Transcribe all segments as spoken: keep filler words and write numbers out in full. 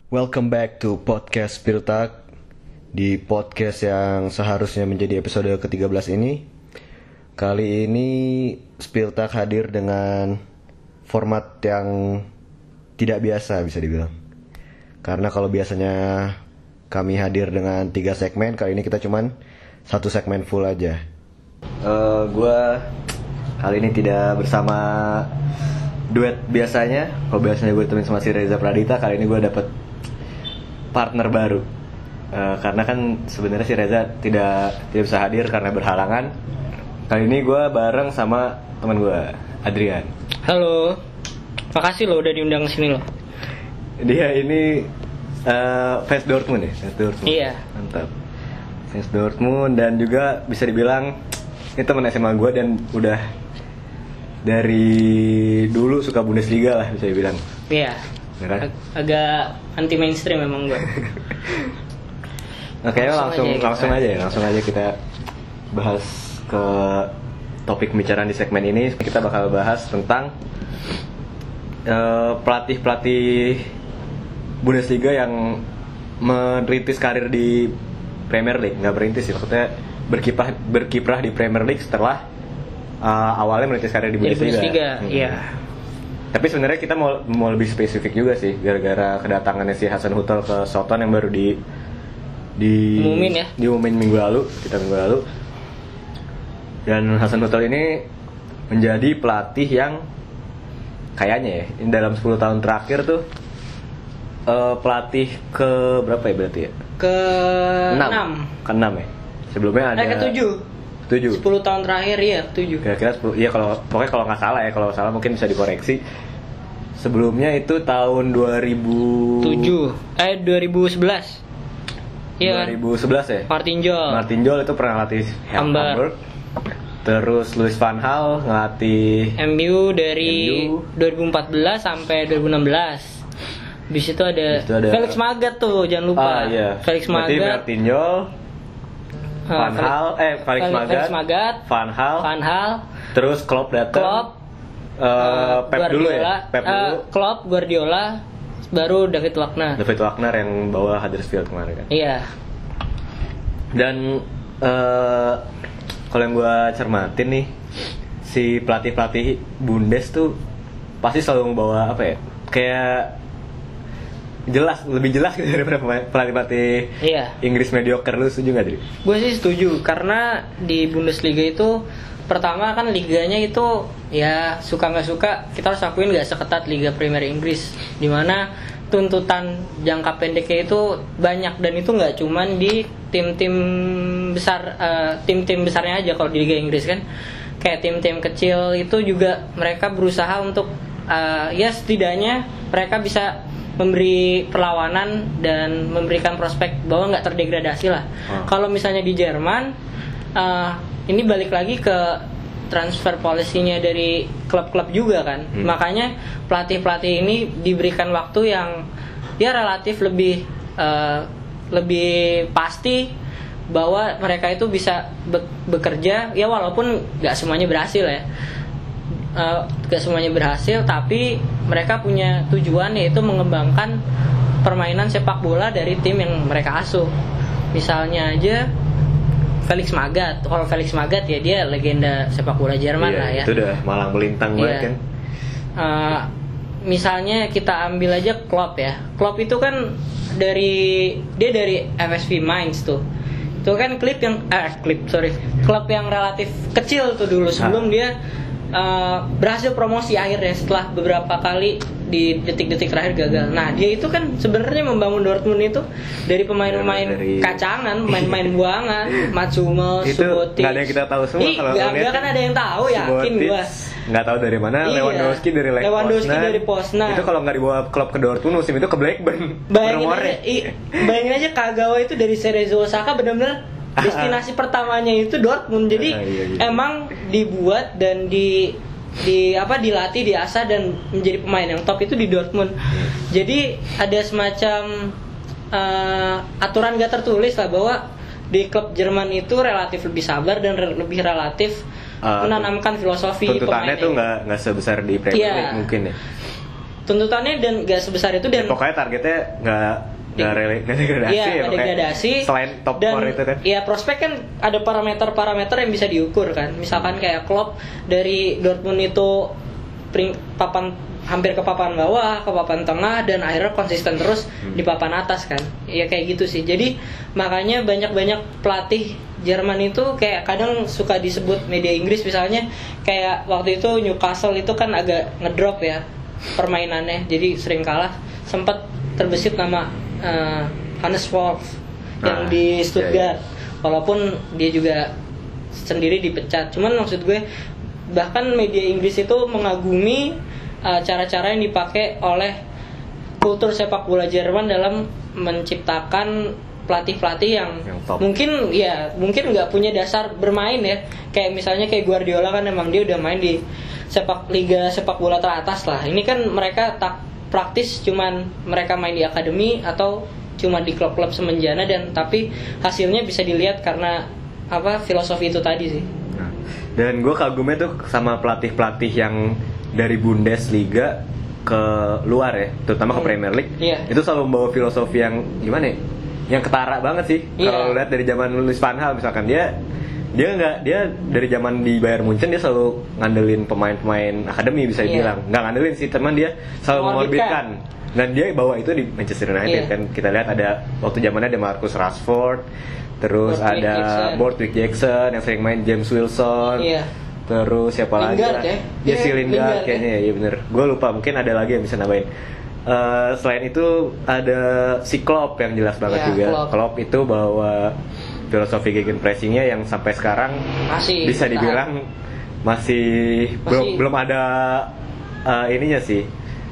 Welcome back to podcast Spiltak. Di podcast yang seharusnya menjadi episode ketiga belas ini, kali ini Spiltak hadir dengan format yang tidak biasa bisa dibilang. Karena kalau biasanya kami hadir dengan tiga segmen, kali ini kita cuman satu segmen full aja. uh, Gue kali ini tidak bersama duet biasanya. Kalau biasanya gue temenin sama si Reza Pradita, kali ini gue dapet partner baru. Uh, karena kan sebenarnya si Reza tidak tidak bisa hadir karena berhalangan. Kali ini gue bareng sama teman gue, Adrian. Halo, makasih lo udah diundang sini lo. Dia ini uh, fans Dortmund ya, fans Dortmund. Iya. Mantap. Fans Dortmund dan juga bisa dibilang ini teman S M A gue dan udah dari dulu suka Bundesliga lah bisa dibilang. Iya. Ya kan? Ag- agak anti mainstream memang gue. Oke, langsung langsung, langsung aja, aja, langsung aja kita bahas ke topik pembicaraan di segmen ini. Kita bakal bahas tentang uh, pelatih-pelatih Bundesliga yang merintis karir di Premier League. Nggak merintis sih, maksudnya berkiprah berkiprah di Premier League setelah uh, awalnya merintis karir di Bundesliga. Bundesliga, hmm. iya. Tapi sebenarnya kita mau mau lebih spesifik juga sih, gara-gara kedatangannya si Hasan Huttl ke Southampton yang baru di di Umumin ya. diumumin minggu lalu, kita minggu lalu. Dan Hasan Huttl ini menjadi pelatih yang kayaknya ya, dalam sepuluh tahun terakhir tuh uh, pelatih ke berapa ya berarti ya? Ke enam. Ke enam ya. Sebelumnya ada Eh, ke tujuh. tujuh. sepuluh tahun terakhir ya, tujuh. Kira-kira sepuluh. Iya kalau pokoknya kalau nggak salah ya, kalau salah mungkin bisa dikoreksi. Sebelumnya itu tahun dua ribu tujuh. Eh dua ribu sebelas. Iya. dua ribu sebelas ya? Martin Jol. Martin Jol itu pernah ngelatih Hamburg. Hamburg. Terus Louis van Gaal ngelatih M U dari M U. dua ribu empat belas sampai dua ribu enam belas. Habis itu ada, Habis itu ada Felix Magath tuh, jangan lupa. Ah iya. Felix Berarti Magath. Martin Jol, uh, Van Gaal, eh Felix Felix- Magath, Felix Magath, Van Gaal, Van Gaal, terus Klopp datang. Klopp, Uh, uh, Pep dulu ya, Guardiola, Pep uh, dulu. Klopp, Guardiola, baru David Wagner. David Wagner yang bawa Huddersfield kemarin kan. Iya. Dan uh, kalau yang gue cermatin nih, si pelatih-pelatih Bundes tuh pasti selalu membawa apa ya? Kayak jelas, lebih jelas gitu daripada pelatih-pelatih Iya. Inggris mediocre. Lu setuju nggak, Dri? Gue sih setuju karena di Bundesliga itu pertama kan liganya itu ya suka nggak suka kita harus akuin nggak seketat Liga Premier Inggris, dimana tuntutan jangka pendeknya itu banyak dan itu nggak cuman di tim-tim besar, uh, tim-tim besarnya aja. Kalau di Liga Inggris kan kayak tim-tim kecil itu juga mereka berusaha untuk uh, ya setidaknya mereka bisa memberi perlawanan dan memberikan prospek bahwa nggak terdegradasi lah. Hmm. Kalau misalnya di Jerman, uh, ini balik lagi ke transfer policy-nya dari klub-klub juga kan. Hmm. Makanya pelatih-pelatih ini diberikan waktu yang ya relatif lebih uh, lebih pasti bahwa mereka itu bisa be- bekerja ya walaupun nggak semuanya berhasil ya. Uh, gak semuanya berhasil, tapi mereka punya tujuan yaitu mengembangkan permainan sepak bola dari tim yang mereka asuh. Misalnya aja Felix Magath. Kalau Felix Magath ya dia legenda sepak bola Jerman Iya, lah ya. itu udah malang melintang banget Iya. kan. Uh, misalnya kita ambil aja Klopp ya. Klopp itu kan dari dia dari F S V Mainz tuh. Itu kan klub yang eh klub sorry klub yang relatif kecil tuh dulu sebelum Ah. dia Uh, berhasil promosi akhirnya setelah beberapa kali di detik-detik terakhir gagal. Nah dia itu kan sebenarnya membangun Dortmund itu dari pemain-pemain Dari- kacangan, pemain-pemain buangan, Mats Hummels, Itu Subotic. nggak ada yang kita tahu semua Ih, kalau nggak ngeliat nggak kan ada yang tahu, yakin Subotic, gua. nggak tahu dari mana. Iya. Lewandowski dari Lech Lewandowski Poznan. dari Poznan. Itu kalau nggak dibawa klub ke Dortmund musim itu ke Blackburn. Bayangin Nomornya. aja, i, bayangin aja Kagawa itu dari Cerezo Osaka benar-benar destinasi pertamanya itu Dortmund. Jadi Ah, iya, iya. emang dibuat dan di di apa dilatih, diasah dan menjadi pemain yang top itu di Dortmund. Jadi ada semacam uh, aturan gak tertulis lah bahwa di klub Jerman itu relatif lebih sabar dan re- lebih relatif Uh, menanamkan filosofi tuntutannya pemainnya. tuh nggak nggak sebesar di Premier Iya. League mungkin ya. tuntutannya dan gak sebesar itu dan pokoknya targetnya nggak nggak rele- nggak degradasi iya, ya, nggak degradasi selain top dan four itu kan. ya prospek kan ada parameter-parameter yang bisa diukur kan, misalkan kayak Klopp dari Dortmund itu pring, papan hampir ke papan bawah, ke papan tengah, dan akhirnya konsisten terus hmm. di papan atas kan. Ya kayak gitu sih. Jadi makanya banyak-banyak pelatih Jerman itu kayak kadang suka disebut media Inggris misalnya kayak waktu itu Newcastle itu kan agak ngedrop ya permainannya, jadi sering kalah. Sempat terbesit nama uh, Hannes Wolf yang ah, di Stuttgart, iya, iya. walaupun dia juga sendiri dipecat. Cuman maksud gue bahkan media Inggris itu mengagumi uh, cara-cara yang dipakai oleh kultur sepak bola Jerman dalam menciptakan pelatih-pelatih yang, yang mungkin ya mungkin nggak punya dasar bermain ya, kayak misalnya kayak Guardiola kan emang dia udah main di sepak liga sepak bola teratas lah. Ini kan mereka tak praktis, cuman mereka main di akademi atau cuma di klub-klub semenjana, dan tapi hasilnya bisa dilihat karena apa filosofi itu tadi sih. Nah, dan gue kagumnya tuh sama pelatih-pelatih yang dari Bundesliga ke luar ya, terutama ke Premier League. Yeah. Itu selalu membawa filosofi yang gimana ya? Yang ketara banget sih. Yeah. Kalau lihat dari zaman Louis van Gaal misalkan, dia dia nggak dia dari zaman di Bayern Munchen dia selalu ngandelin pemain-pemain akademi bisa dibilang. Yeah. Nggak ngandelin sih, teman dia selalu mengorbitkan. Dan dia bawa itu di Manchester United. Yeah. Kan kita lihat ada waktu zamannya ada Marcus Rashford, terus Bortwick ada Bortwick Jackson yang sering main, James Wilson. Yeah. Terus siapa Lingard, lagi? Ya, ya si Lingard, Lingard kayaknya ya, ya bener. Gue lupa, mungkin ada lagi yang bisa nambahin. Uh, selain itu ada si Klopp yang jelas banget ya, juga. Klopp. Klopp itu bawa filosofi gegenpressingnya yang sampai sekarang masih bisa dibilang masih, masih belum belum ada uh, ininya sih.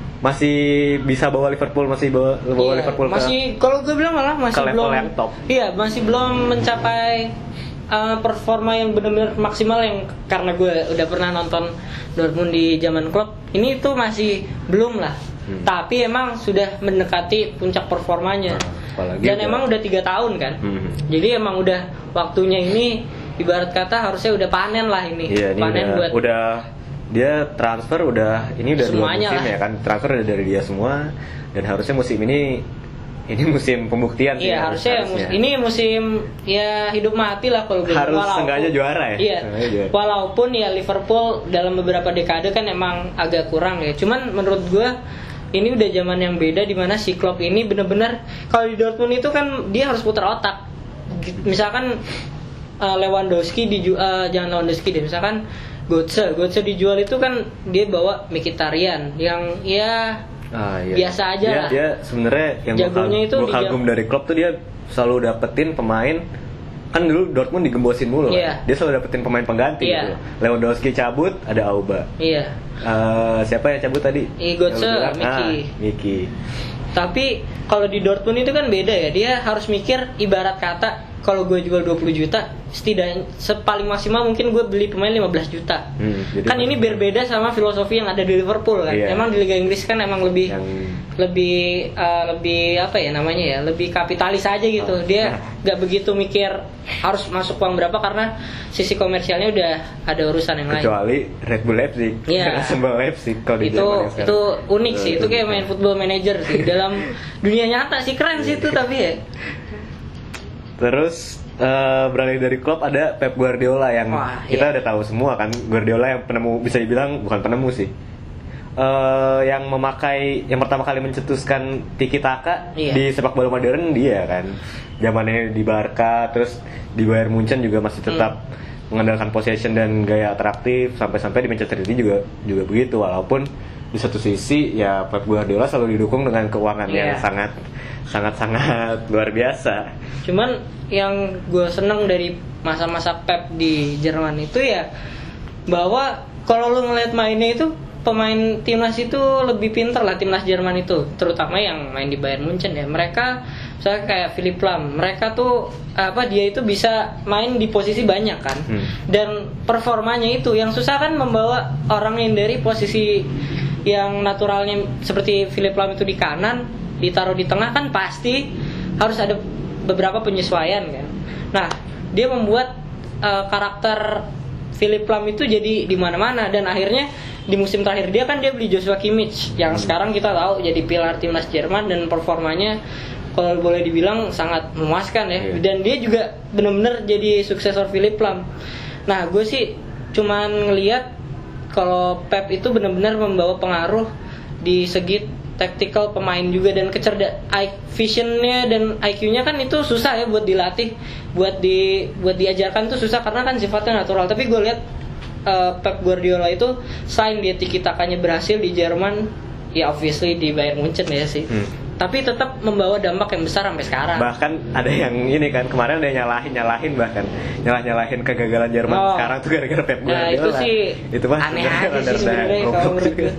Masih bisa bawa Liverpool, masih bawa, bawa iya, Liverpool masih ke, kalau gue bilang malah masih ke belum yang top. Iya, masih belum mencapai uh, performa yang benar-benar maksimal, yang karena gue udah pernah nonton Dortmund di zaman Klopp. Ini tuh masih belum lah. Hmm. Tapi emang sudah mendekati puncak performanya. Nah, dan emang udah tiga tahun kan. Hmm. Jadi emang udah waktunya ini, ibarat kata harusnya udah panen lah ini. Iya, ini panen udah, buat udah dia transfer udah ini udah semuanya dua musim lah. Ya kan, transfer udah dari dia semua, dan harusnya musim ini ini musim pembuktian sih. Iya, harusnya, harusnya. Mus- ini musim ya hidup mati lah kalau gue. Harus seenggaknya juara ya. Iya. Juara. Walaupun ya Liverpool dalam beberapa dekade kan emang agak kurang ya. Cuman menurut gue ini udah zaman yang beda, di mana si Klopp ini benar-benar, kalau di Dortmund itu kan dia harus putar otak. Misalkan uh, Lewandowski di uh, jangan Lewandowski deh, misalkan Götze, Götze dijual itu kan dia bawa Mkhitaryan yang ya ah, iya. biasa aja dia, lah. Dia sebenarnya yang jagonya itu gue kagum dari Klopp tuh dia selalu dapetin pemain, kan dulu Dortmund digembosin mulu. Yeah. Dia selalu dapetin pemain pengganti yeah. gitu. Lewandowski cabut, ada Auba. Iya. Uh, siapa yang cabut tadi? Götze, Miki. Ah, Miki. Tapi kalau di Dortmund itu kan beda ya. Dia harus mikir, ibarat kata kalau gue jual dua puluh juta, setidaknya paling maksimal mungkin gue beli pemain lima belas juta. Hmm, kan ini berbeda sama filosofi yang ada di Liverpool kan. Iya. Emang di Liga Inggris kan emang lebih yang... lebih uh, lebih apa ya namanya ya, lebih kapitalis aja gitu. Dia nggak nah. begitu mikir harus masuk uang berapa, karena sisi komersialnya udah ada urusan yang kecuali lain. Red Bull Leipzig. Iya. Sembal Leipzig kalau di itu itu unik sih. Itu kayak main Football Manager sih. Dalam dunia nyata sih keren sih itu, tapi ya. Terus uh, beralih dari Klopp ada Pep Guardiola yang Wah, kita iya. udah tahu semua kan. Guardiola yang penemu, bisa dibilang bukan penemu sih, uh, yang memakai, yang pertama kali mencetuskan tiki taka iya. di sepak bola modern dia kan. Zamannya di Barca, terus di Bayern Munchen juga masih tetap hmm. mengandalkan possession dan gaya atraktif, sampai-sampai di Manchester City juga juga begitu. Walaupun di satu sisi ya Pep Guardiola selalu didukung dengan keuangan yeah. yang sangat sangat-sangat luar biasa. Cuman yang gue seneng dari masa-masa Pep di Jerman itu ya, bahwa kalau lu ngeliat mainnya itu, pemain timnas itu lebih pintar lah, timnas Jerman itu, terutama yang main di Bayern Munchen ya. Mereka misalnya kayak Philipp Lahm, mereka tuh apa, dia itu bisa main di posisi banyak kan. Hmm. Dan performanya itu yang susah kan, membawa orang yang dari posisi yang naturalnya seperti Philipp Lahm itu di kanan, ditaruh di tengah kan pasti harus ada beberapa penyesuaian kan. Nah, dia membuat uh, karakter Philipp Lahm itu jadi di mana-mana, dan akhirnya di musim terakhir dia kan dia beli Joshua Kimmich yang hmm. sekarang kita tahu jadi pilar timnas Jerman dan performanya kalau boleh dibilang sangat memuaskan ya. Yeah. Dan dia juga benar-benar jadi suksesor Philipp Lahm. Nah, gue sih cuman ngelihat kalau Pep itu benar-benar membawa pengaruh di segi tactical pemain juga dan kecerdasan visionnya dan I Q-nya kan itu susah ya buat dilatih, buat di buat diajarkan tuh susah karena kan sifatnya natural. Tapi gue lihat uh, Pep Guardiola itu selain dia tiki-takanya berhasil di Jerman, ya obviously di Bayern Munchen ya sih. Hmm. Tapi tetap membawa dampak yang besar sampai sekarang. Bahkan ada yang ini kan kemarin ada yang nyalahin nyalahin bahkan nyalah nyalahin kegagalan Jerman oh. sekarang tuh gara-gara Pep Guardiola. Nah, itu sih itu mah aneh aja sih sebenarnya kalau menurut gue.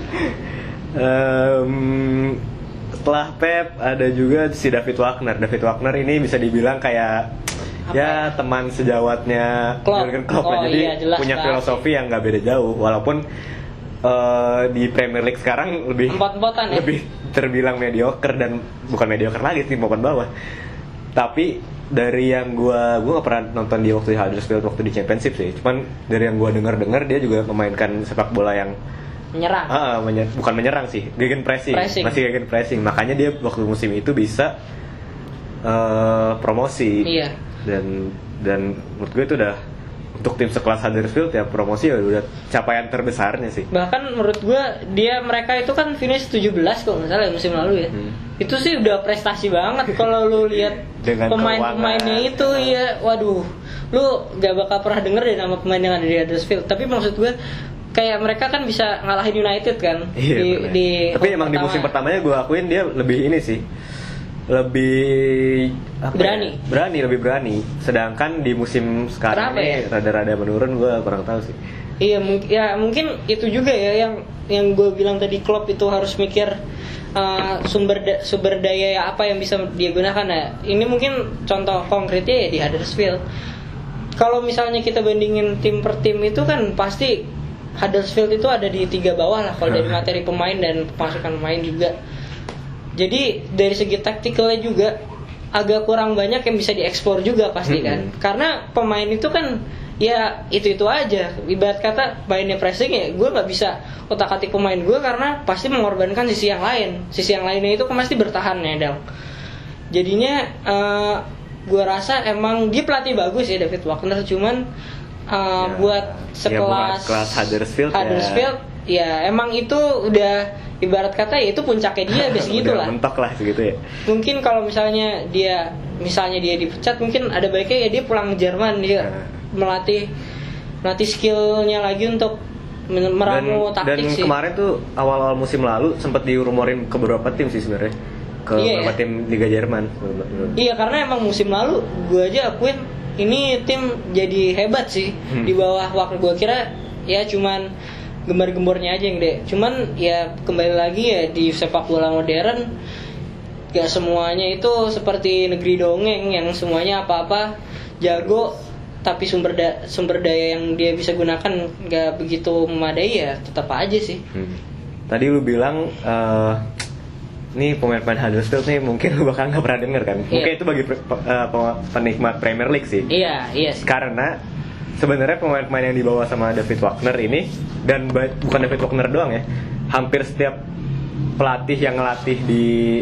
Um, setelah Pep ada juga si David Wagner. David Wagner ini bisa dibilang kayak apa ya, ya teman sejawatnya Jurgen Klopp. Oh, jadi iya, punya filosofi yang nggak beda jauh walaupun uh, di Premier League sekarang lebih empot-empotan ya? Lebih terbilang mediocre dan bukan mediocre lagi sih, papan bawah. Tapi dari yang gue gue nggak pernah nonton dia waktu di Huddersfield waktu di Championship sih. Cuman dari yang gue dengar-dengar dia juga memainkan sepak bola yang menyerang. Ah, menyer- bukan menyerang sih, gegen pressing. pressing. Masih gegen pressing. Makanya dia waktu musim itu bisa uh, promosi. Iya. Dan dan menurut gue itu udah untuk tim sekelas Huddersfield ya promosi ya udah capaian terbesarnya sih. Bahkan menurut gue dia mereka itu kan finish tujuh belas kok nggak salah ya musim lalu ya. Hmm. Itu sih udah prestasi banget kalau lu lihat pemain-pemainnya itu ya, waduh, lu gak bakal pernah denger deh nama pemain yang ada di Huddersfield. Tapi maksud gue kayak mereka kan bisa ngalahin United kan. Iya, di, di tapi emang pertama. Di musim pertamanya gue akuin dia lebih ini sih, lebih apa berani ya? berani lebih berani. Sedangkan di musim sekarang ini ya? rada-rada menurun, gue kurang tahu sih. Iya mungkin ya mungkin itu juga ya yang yang gue bilang tadi, Klopp itu harus mikir uh, sumber da- sumber daya ya apa yang bisa dia gunakan ya. Ini mungkin contoh konkretnya ya di Huddersfield. Kalau misalnya kita bandingin tim per tim itu kan pasti Huddersfield itu ada di tiga bawah lah kalau dari materi pemain dan pemasukan pemain juga. Jadi dari segi taktikalnya juga agak kurang banyak yang bisa dieksplor juga pasti kan. Mm-hmm. Karena pemain itu kan ya itu-itu aja. Ibarat kata mainnya pressing ya gue gak bisa otak-atik pemain gue karena pasti mengorbankan sisi yang lain. Sisi yang lainnya itu kan pasti bertahan ya Dal. Jadinya uh, gue rasa emang dia pelatih bagus ya David Wagner, cuman Uh, ya, buat sekelas ya kelas Huddersfield, Huddersfield ya. ya emang itu udah ibarat kata ya itu puncaknya dia biasa gitulah. Mentok lah segitu ya. Mungkin kalau misalnya dia misalnya dia dipecat mungkin ada baiknya ya dia pulang ke Jerman dia nah. melatih melatih skillnya lagi untuk meramu dan, taktik dan sih. Dan kemarin tuh awal-awal musim lalu sempat dirumorin ke beberapa tim sih sebenarnya. Ke iya, beberapa ya? tim Liga Jerman. Iya karena emang musim lalu gue aja akuin ini tim jadi hebat sih hmm. di bawah waktu gue kira ya cuman gembar-gembornya aja yang deh. Cuman ya kembali lagi ya di sepak bola modern gak semuanya itu seperti negeri dongeng yang semuanya apa-apa jago tapi sumber da- sumber daya yang dia bisa gunakan gak begitu memadai ya tetap aja sih. Hmm. Tadi lu bilang uh, nih pemain-pemain Huddersfield nih mungkin lu bakal nggak pernah denger kan? Mungkin yeah. itu bagi uh, penikmat Premier League sih. Iya, iya. Yes. Karena sebenarnya pemain-pemain yang dibawa sama David Wagner ini dan ba- bukan David Wagner doang ya, hampir setiap pelatih yang ngelatih di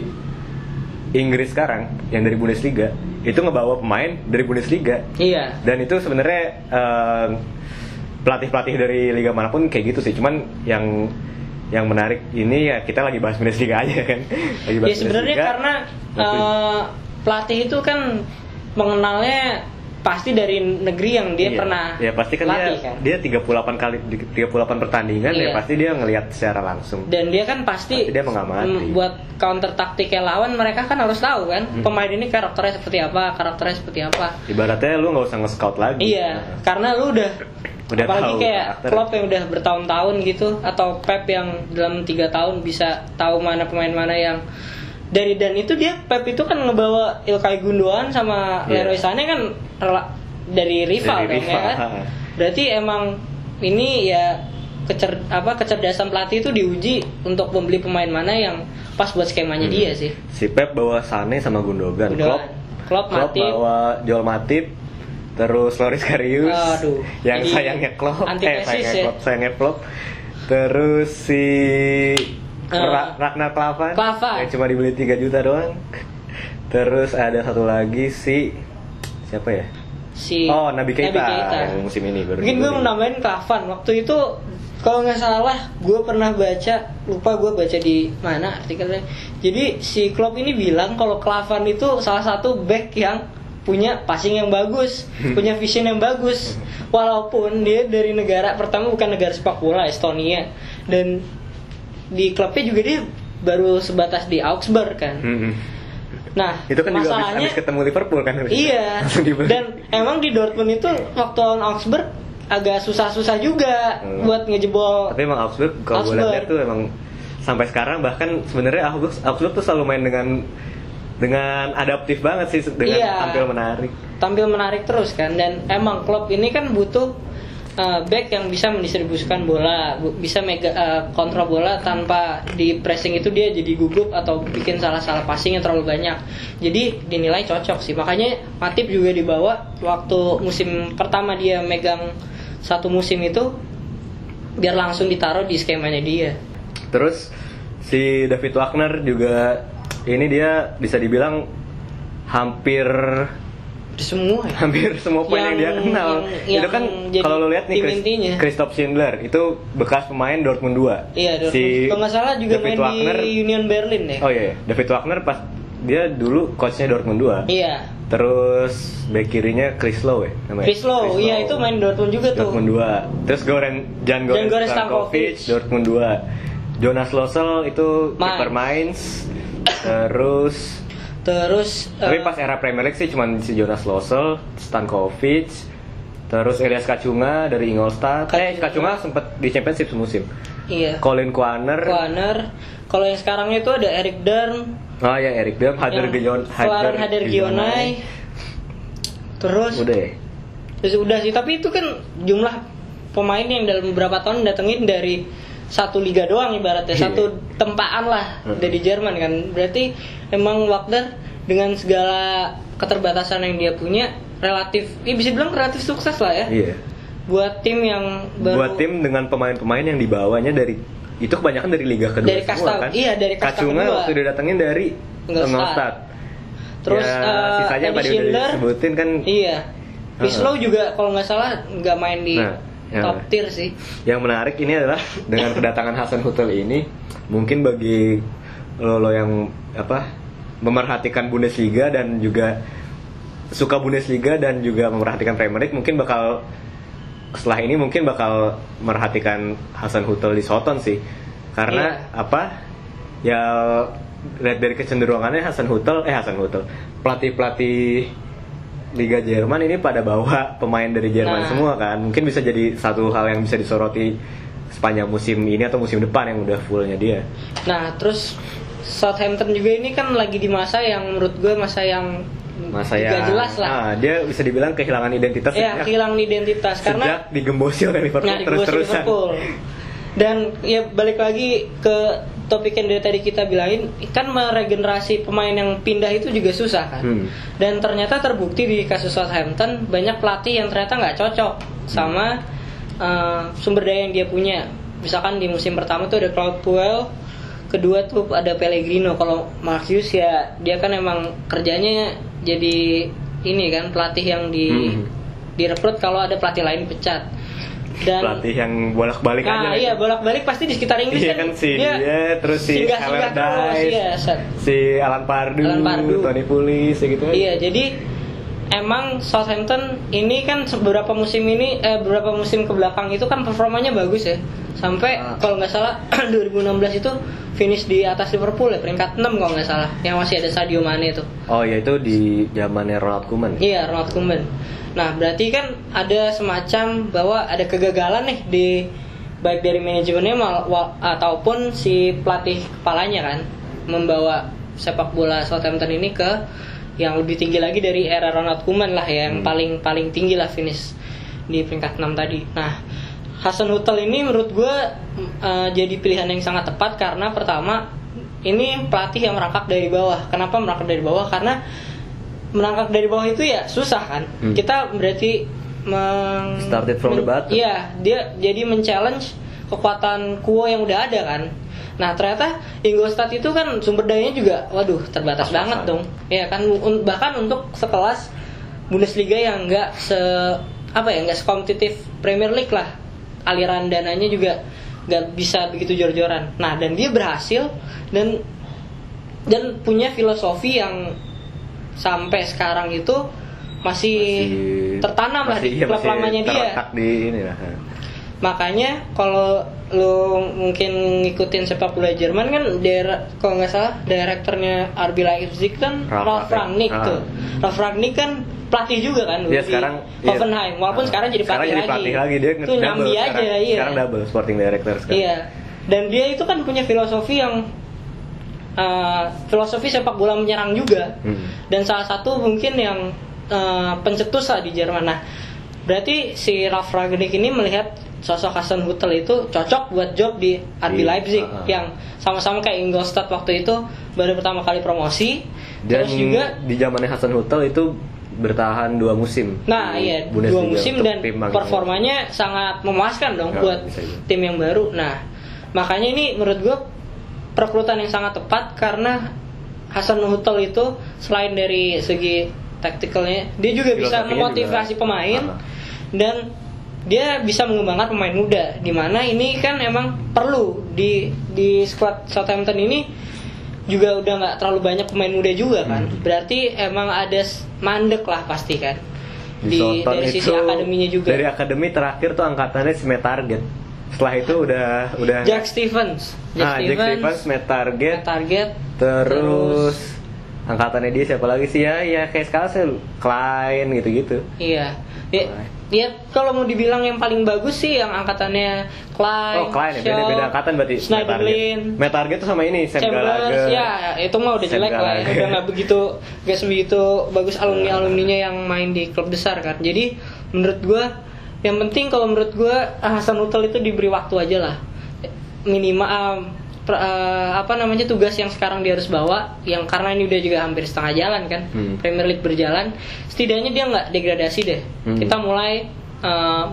Inggris sekarang yang dari Bundesliga itu ngebawa pemain dari Bundesliga. Iya. Dan itu sebenarnya uh, pelatih-pelatih dari liga manapun kayak gitu sih. Cuman yang yang menarik ini ya kita lagi bahas Bundesliga aja kan. Lagi bahas ya sebenarnya karena uh, pelatih itu kan mengenalnya pasti dari negeri yang dia iya. pernah ya pasti kan latih, dia kan? dia tiga puluh delapan kali tiga puluh delapan pertandingan iya. ya pasti dia ngelihat secara langsung. Dan dia kan pasti, pasti dia mengamati. M- buat counter taktiknya lawan mereka kan harus tahu kan hmm. pemain ini karakternya seperti apa, karakternya seperti apa. Ibaratnya lu nggak usah nge-scout lagi. Iya, nah. karena lu udah udah apalagi tahu kayak karakter. Klopp yang udah bertahun-tahun gitu atau Pep yang dalam tiga tahun bisa tahu mana pemain mana yang dari dan itu dia Pep itu kan ngebawa Ilkay Gundogan sama yeah. Leroy Sané kan dari rival dari kan rival. Ya kan? Berarti emang ini ya kecer apa kecerdasan pelatih itu diuji untuk membeli pemain mana yang pas buat skemanya hmm. dia sih. Si Pep bawa Sané sama Gundogan. Klopp Klopp, Klopp bawa Joel Matip terus Loris Karius Aduh, yang jadi sayangnya Klopp, eh antitesis sayangnya ya. Klopp, sayangnya Klopp. Terus si Uh, Ra- Ragnar Klavan, Klavan. yang cuma dibeli tiga juta doang. Terus ada satu lagi si siapa ya? Si Oh, Nabi Keita, Nabi Keita. yang musim ini baru. Mungkin gue dibeli. mau nambahin Klavan. Waktu itu kalau nggak salah gue pernah baca, lupa gue baca di mana artikelnya. Jadi si Klopp ini bilang kalau Klavan itu salah satu back yang punya passing yang bagus, punya vision yang bagus. Walaupun dia dari negara pertama bukan negara sepak bola, Estonia, dan di klubnya juga dia baru sebatas di Augsburg kan. Mm-hmm. Nah, Itu kan juga habis, masalahnya habis ketemu Liverpool kan. iya. Langsung dibeli. Dan emang di Dortmund itu waktu lawan Augsburg agak susah-susah juga Hmm. buat ngejebol. Tapi emang Augsburg kalau gue Augsburg. lihat tuh emang sampai sekarang bahkan sebenarnya Augsburg, Augsburg tuh selalu main dengan dengan adaptif banget sih, dengan Iya. tampil menarik. Tampil menarik terus kan, dan emang klub ini kan butuh uh, back yang bisa mendistribusikan bola, bu- bisa mega uh, kontrol bola tanpa di pressing itu dia jadi gugup atau bikin salah-salah passing yang terlalu banyak. Jadi dinilai cocok sih. Makanya Matip juga dibawa waktu musim pertama dia megang satu musim itu biar langsung ditaruh di skemanya dia. Terus si David Wagner juga ini dia bisa dibilang hampir Di semua ya. hampir semua pemain yang, Yang- dia kenal. yang- Itu kan yang jadi kalau lo lihat nih tim Chris- intinya. Christoph Schindler itu bekas pemain Dortmund dua. Iya, Dortmund. Si Kalau nggak salah juga David main Wagner, di Union Berlin deh. Oh iya, iya. David Wagner pas dia dulu coachnya Dortmund dua. Iya. Terus back kirinya Chris Lowe ya namanya. Chris Lowe, iya itu main Dortmund juga tuh. Dortmund dua. Terus Goran Jan Goran Jan Goran Stankovic Stankovic. Dortmund dua. Jonas Losel itu Mainz. kiper Mainz. Terus Terus tapi eh, pas era Premier League sih cuman si Jonas Losel, Stankovic, terus Elias Kachunga dari Ingolstadt. Eh Kachunga sempat di Championship semusim. iya. Colin Quaner. Warner. Kalau yang sekarang itu ada Eric Dern, Oh ya Erik Dam, Hader Gion, Florian Hader Gionai. Terus Udah ya? terus udah sih, tapi itu kan jumlah pemain yang dalam beberapa tahun datengin dari satu liga doang ibaratnya, Iya. satu tempaan lah Mm-hmm. dari Jerman kan. Berarti emang Wagner dengan segala keterbatasan yang dia punya relatif, ya bisa bilang relatif sukses lah ya. Iya. Buat tim yang baru Buat tim dengan pemain-pemain yang dibawanya dari itu kebanyakan dari liga kedua Dari semua kasta- kan. iya, dari kasta Kachunga kedua. waktu didatengin dari Ingolstadt. Ingolstadt. Terus Ya, eh, sisanya Eddie tadi udah Schindler, disebutin kan. iya. Pislow juga kalau nggak salah nggak main di Nah, ya. top tier sih. Yang menarik ini adalah dengan kedatangan Hasan Hutel ini mungkin bagi lo, lo yang apa memerhatikan Bundesliga dan juga suka Bundesliga dan juga memerhatikan Premier League mungkin bakal setelah ini mungkin bakal merhatikan Hasan Hutel di Soton sih. Karena Iya. apa? Ya lihat dari kecenderungannya Hasan Hutel eh Hasan Hutel pelatih-pelatih Liga Jerman ini pada bawa pemain dari Jerman Nah. semua kan. Mungkin bisa jadi satu hal yang bisa disoroti sepanjang musim ini atau musim depan yang udah fullnya dia. Nah, terus Southampton juga ini kan lagi di masa yang menurut gue masa yang Masa nggak yang jelas lah. ah, dia bisa dibilang kehilangan identitas Ya, sejak, kehilangan identitas sejak karena digembosi oleh Liverpool nah, di bawah terus-terusan. Liverpool. Dan ya balik lagi ke topik yang dari tadi kita bilangin, kan meregenerasi pemain yang pindah itu juga susah kan. Hmm. Dan ternyata terbukti di kasus Southampton banyak pelatih yang ternyata nggak cocok sama uh, sumber daya yang dia punya. Misalkan di musim pertama tuh ada Claude Puel, kedua tuh ada Pellegrino. Kalau Marcus ya dia kan emang kerjanya jadi ini kan pelatih yang di Hmm. direkrut kalau ada pelatih lain pecat. Dan Pelatih yang bolak-balik aja. nah iya gitu. bolak-balik pasti di sekitar Inggris Iya kan si dia, terus si singgah-singgah terus, Allardyce, iya, Sat. si Alan Pardew, Alan Pardew. Tony Pulis, ya gitu. Iya, jadi emang Southampton ini kan beberapa musim ini eh beberapa musim ke belakang itu kan performanya bagus ya. Sampai Ah. kalau nggak salah dua ribu enam belas itu finish di atas Liverpool ya, peringkat enam kalau nggak salah. Yang masih ada Sadio Mane itu. Oh ya itu di zamannya Ronald Koeman. Iya, Ronald Koeman. Nah, berarti kan ada semacam bahwa ada kegagalan nih di baik dari manajemennya mal, wa, ataupun si pelatih kepalanya kan membawa sepak bola Southampton ini ke yang lebih tinggi lagi dari era Ronald Koeman lah ya, yang Hmm. paling paling tinggi lah finish di peringkat enam tadi. Nah, Hasan Hutel ini menurut gue uh, jadi pilihan yang sangat tepat karena pertama ini pelatih yang merangkak dari bawah. Kenapa merangkak dari bawah? Karena menangkap dari bawah itu ya susah kan. Hmm. Kita berarti meng, started from men, the bottom. Iya, dia jadi men-challenge kekuatan Kuo yang udah ada kan. Nah ternyata Ingolstadt itu kan sumber dayanya juga, waduh terbatas Pas banget dong. Ya kan, bahkan untuk sekelas Bundesliga yang nggak se apa ya nggak sekompetitif Premier League lah, aliran dananya juga nggak bisa begitu jor-joran. Nah dan dia berhasil dan dan punya filosofi yang sampai sekarang itu masih, masih tertanam lah di iya, klub lamanya dia. Di ini lah. Makanya kalau lu mungkin ngikutin sepak bola Jerman kan, der, kalau nggak salah direkturnya R B Leipzig kan Ralf Rangnick ah. tuh. Ralf Rangnick kan pelatih juga kan dia di sekarang, Hoffenheim, walaupun uh, sekarang jadi pelatih, sekarang jadi pelatih lagi. lagi. Dia tuh nyambi aja sekarang, iya. Sekarang double sporting director sekarang. Iya. Dan dia itu kan punya filosofi yang uh, filosofi sepak bola menyerang juga. Hmm. Dan salah satu mungkin yang uh, pencetus lah di Jerman. Nah, berarti si Ralf Rangnick ini melihat sosok Hasenhüttl itu cocok buat job di R B Leipzig uh, uh. yang sama-sama kayak Ingolstadt waktu itu baru pertama kali promosi. Dan terus juga di zamannya Hasenhüttl itu bertahan dua musim. Nah iya Bundesliga, dua musim dan performanya yang sangat memuaskan dong ya, buat tim yang baru. Nah makanya ini menurut gue perekrutan yang sangat tepat karena Hasenhüttl itu selain dari segi taktikalnya dia juga bisa memotivasi juga pemain uh. dan dia bisa mengembangkan pemain muda, di mana ini kan emang perlu di di squad Southampton ini juga udah nggak terlalu banyak pemain muda juga kan. Hmm. Berarti emang ada mandek lah pasti kan di, di dari sisi akademinya juga. Dari akademi terakhir tuh angkatannya si Matt Target. Setelah itu udah udah Jack Stevens, Jack ah, Stevens, Jack Stevens, Matt Target, Matt Target terus, terus angkatannya dia siapa lagi sih ya? Ya kayak sekarang saya Klein gitu-gitu. Iya. Ya, ya kalau mau dibilang yang paling bagus sih yang angkatannya Klein. Oh, Klein ya, beda-beda angkatan berarti. Schneiderlin. Matt Target tuh sama ini Sam Gallagher. Ya, itu mah udah Sam jelek lah. Ya. Udah enggak begitu enggak sebegitu bagus alumni-alumninya yang main di klub besar kan. Jadi menurut gua yang penting kalau menurut gua Hasenhüttl itu diberi waktu aja lah. Minimal um, per, uh, apa namanya tugas yang sekarang dia harus bawa, yang karena ini udah juga hampir setengah jalan kan, hmm. Premier League berjalan, setidaknya dia nggak degradasi deh. Hmm. Kita mulai uh,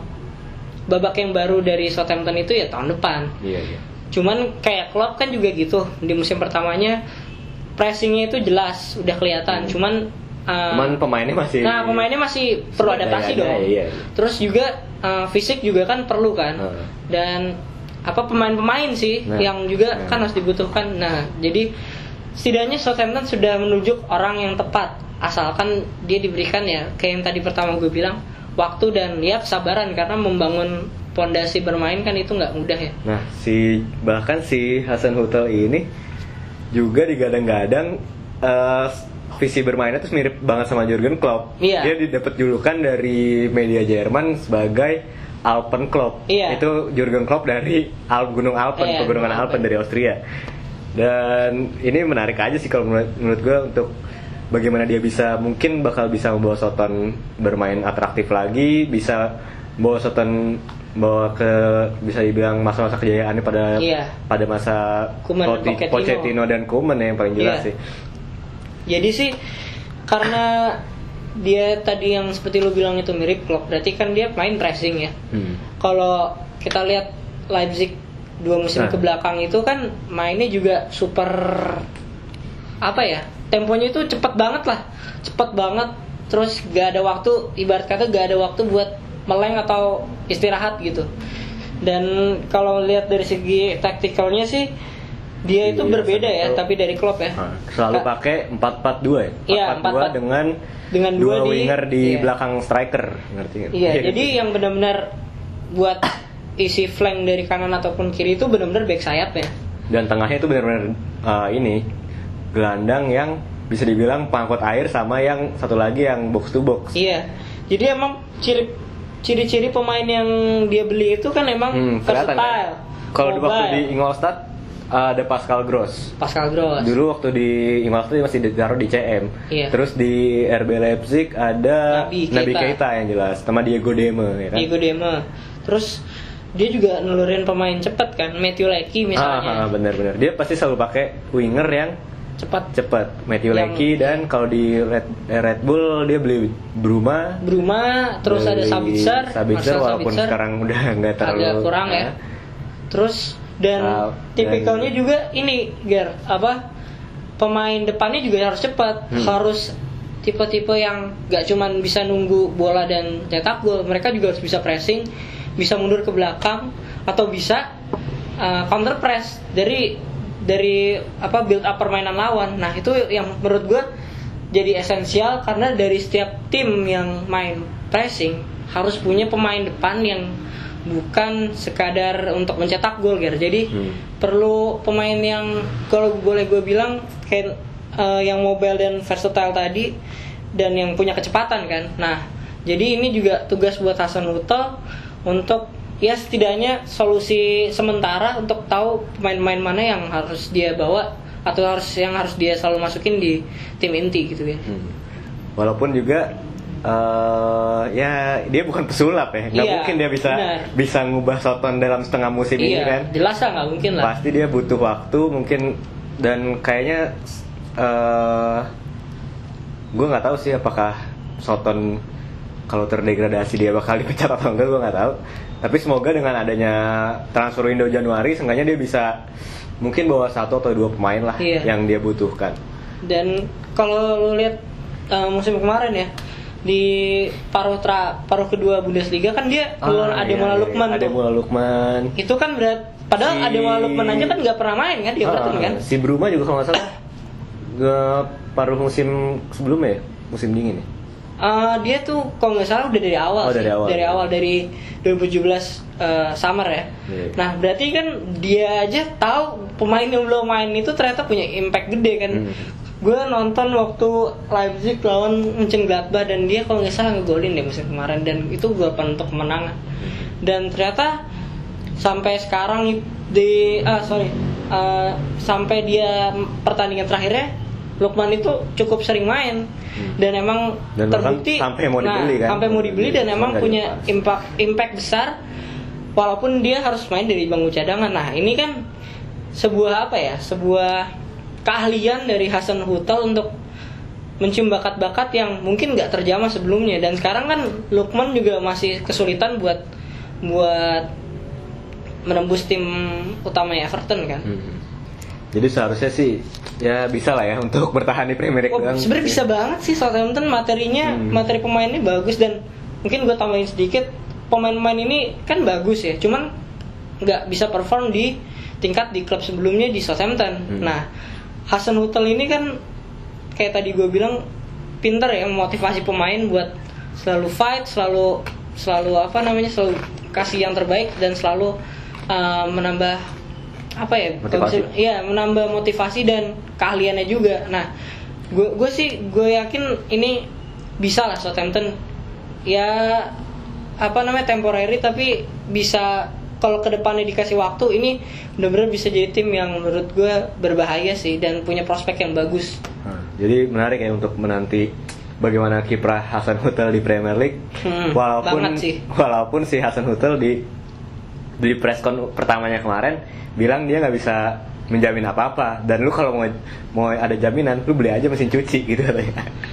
babak yang baru dari Southampton itu ya tahun depan. Iya, iya. Cuman kayak klub kan juga gitu, di musim pertamanya pressingnya itu jelas udah kelihatan, hmm. cuman uh, cuman pemainnya masih nah pemainnya masih perlu adaptasi dong. Iya, iya. Terus juga uh, fisik juga kan perlu kan, hmm. dan apa pemain-pemain sih nah, yang juga nah. kan harus dibutuhkan. Nah jadi setidaknya Southampton sudah menunjuk orang yang tepat, asalkan dia diberikan ya kayak yang tadi pertama gue bilang waktu dan ya kesabaran, karena membangun pondasi bermain kan itu nggak mudah ya. Nah si bahkan si Hasenhüttl ini juga digadang-gadang uh, visi bermainnya tuh mirip banget sama Jurgen Klopp. Iya. Dia didapat julukan dari media Jerman sebagai Alpen Klopp. Iya. Itu Jurgen Klopp dari Alp, Gunung Alpen, iya, pegunungan Alpen. Alpen dari Austria. Dan ini menarik aja sih kalau menurut, menurut gue untuk bagaimana dia bisa mungkin bakal bisa membawa Soton bermain atraktif lagi, bisa bawa Soton bawa ke bisa dibilang masa-masa kejayaannya pada iya. pada masa Koeman, Pochettino dan Koeman yang paling jelas iya. sih. Jadi sih karena dia tadi yang seperti lu bilang itu mirip Klopp, berarti kan dia main pressing ya. Hmm. Kalau kita lihat Leipzig dua musim nah. ke belakang itu kan mainnya juga super apa ya? Temponya itu cepat banget lah, cepat banget. Terus gak ada waktu, ibarat kata gak ada waktu buat meleng atau istirahat gitu. Dan kalau lihat dari segi taktikalnya sih dia itu iya, berbeda ya, itu, tapi dari Klopp ya. Selalu pakai empat empat dua ya. Iya, empat empat dua dengan dengan dua, dua winger di, di iya. belakang striker, ngerti nggak? Iya, ya, jadi gitu. Yang benar-benar buat isi flank dari kanan ataupun kiri itu benar-benar back sayap ya. Dan tengahnya itu benar-benar uh, ini gelandang yang bisa dibilang pengangkut air sama yang satu lagi yang box to box. Iya. Jadi emang ciri ciri-ciri pemain yang dia beli itu kan emang hmm, versatile. Kan? Kalau waktu di Ingolstadt Uh, ada Pascal Gross. Pascal Gross. Dulu waktu di Ingolstadt dia masih ditaruh di C M. Iya. Terus di R B Leipzig ada Nabi Keita, Nabi Keita yang jelas, sama Diego Demme ya kan. Diego Demme. Terus dia juga nelurin pemain cepat kan, Matthew Leckie misalnya. Ah, ah benar-benar. Dia pasti selalu pakai winger yang cepat. Cepat. Matthew Yang- Leakey dan kalau di Red, eh, Red Bull dia beli Bruma. Bruma, terus ada beli Sabitzer, Sabitzer Marcel walaupun Sabitzer, sekarang udah nggak terlalu agak kurang ya. eh, Terus dan Uh, tipikalnya dan- juga ini, Ger, apa? Pemain depannya juga harus cepat, Hmm. harus tipe-tipe yang gak cuman bisa nunggu bola dan cetak gol, mereka juga harus bisa pressing, bisa mundur ke belakang atau bisa uh, counter press dari dari apa build up permainan lawan. Nah, itu yang menurut gue jadi esensial karena dari setiap tim yang main pressing harus punya pemain depan yang bukan sekadar untuk mencetak gol, Ger. Jadi Hmm. perlu pemain yang kalau boleh gue bilang kayak eh, yang mobile dan versatile tadi dan yang punya kecepatan kan. Nah, jadi ini juga tugas buat Hasenhüttl untuk ya setidaknya solusi sementara untuk tahu pemain-pemain mana yang harus dia bawa atau harus yang harus dia selalu masukin di tim inti gitu ya. Hmm. Walaupun juga eh ya dia bukan pesulap ya, nggak Iya, mungkin dia bisa benar. bisa ngubah Soton dalam setengah musim ini Iya, kan. jelas lah nggak mungkin lah. Pasti dia butuh waktu mungkin dan kayaknya eh gue nggak tahu sih apakah Soton kalau terdegradasi dia bakal dipecat atau enggak, gue nggak tahu. Tapi semoga dengan adanya transfer window Januari, seenggaknya dia bisa mungkin bawa satu atau dua pemain lah Iya. yang dia butuhkan. Dan kalau lu lihat uh, musim kemarin ya di paruh tra, paruh kedua Bundesliga kan dia keluar Ah, Ademola iya, Lookman iya. tuh. Ademola Lookman. Itu kan berat. Padahal Si- Ademola Lookman aja kan nggak pernah main kan di Everton Ah, kan. Si Bruma juga kalau nggak salah nge- paruh musim sebelumnya ya, musim dingin ya. Uh, dia tuh kalau nggak salah udah dari awal Oh, sih. dari awal. dari awal dari dua ribu tujuh belas uh, summer ya. Iya. Nah, berarti kan dia aja tahu pemain yang belum main itu ternyata punya impact gede kan. Hmm. Gue nonton waktu Leipzig lawan Mönchengladbach dan dia kalau nggak salah ngegolin deh musim kemarin dan itu golakan untuk kemenangan. Dan ternyata sampai sekarang di ah sorry uh, sampai dia pertandingan terakhirnya Lookman itu cukup sering main dan emang Dan bahkan terbukti sampai mau dibeli nah, kan? sampai mau dibeli dan Cuma emang nggak punya dilepas. impact impact besar walaupun dia harus main dari bangku cadangan. Nah, ini kan sebuah apa ya? Sebuah keahlian dari Hasenhüttl untuk mencium bakat-bakat yang mungkin nggak terjamah sebelumnya dan sekarang kan Lookman juga masih kesulitan buat buat menembus tim utamanya Everton kan. Hmm. Jadi seharusnya sih ya bisa lah ya untuk bertahan di Premier League Oh, doang. sebenarnya bisa banget sih Southampton materinya, Hmm. materi pemainnya bagus dan mungkin gue tambahin sedikit pemain-pemain ini kan bagus ya, cuman nggak bisa perform di tingkat di klub sebelumnya di Southampton. Hmm. Nah, Hasenhüttl ini kan kayak tadi gue bilang pinter ya memotivasi pemain buat selalu fight, selalu selalu apa namanya selalu kasih yang terbaik dan selalu uh, menambah apa ya Motivasi. Iya, menambah motivasi dan keahliannya juga. Nah, gue gue sih gue yakin ini bisa lah Southampton ya apa namanya temporary tapi bisa kalau kedepannya dikasih waktu ini benar-benar bisa jadi tim yang menurut gue berbahaya sih dan punya prospek yang bagus. Nah, jadi menarik ya untuk menanti bagaimana kiprah Hasenhüttl di Premier League. Hmm, walaupun banget sih. walaupun si Hasenhüttl di di press con pertamanya kemarin bilang dia nggak bisa menjamin apa-apa dan lu kalau mau mau ada jaminan lu beli aja mesin cuci gitu katanya.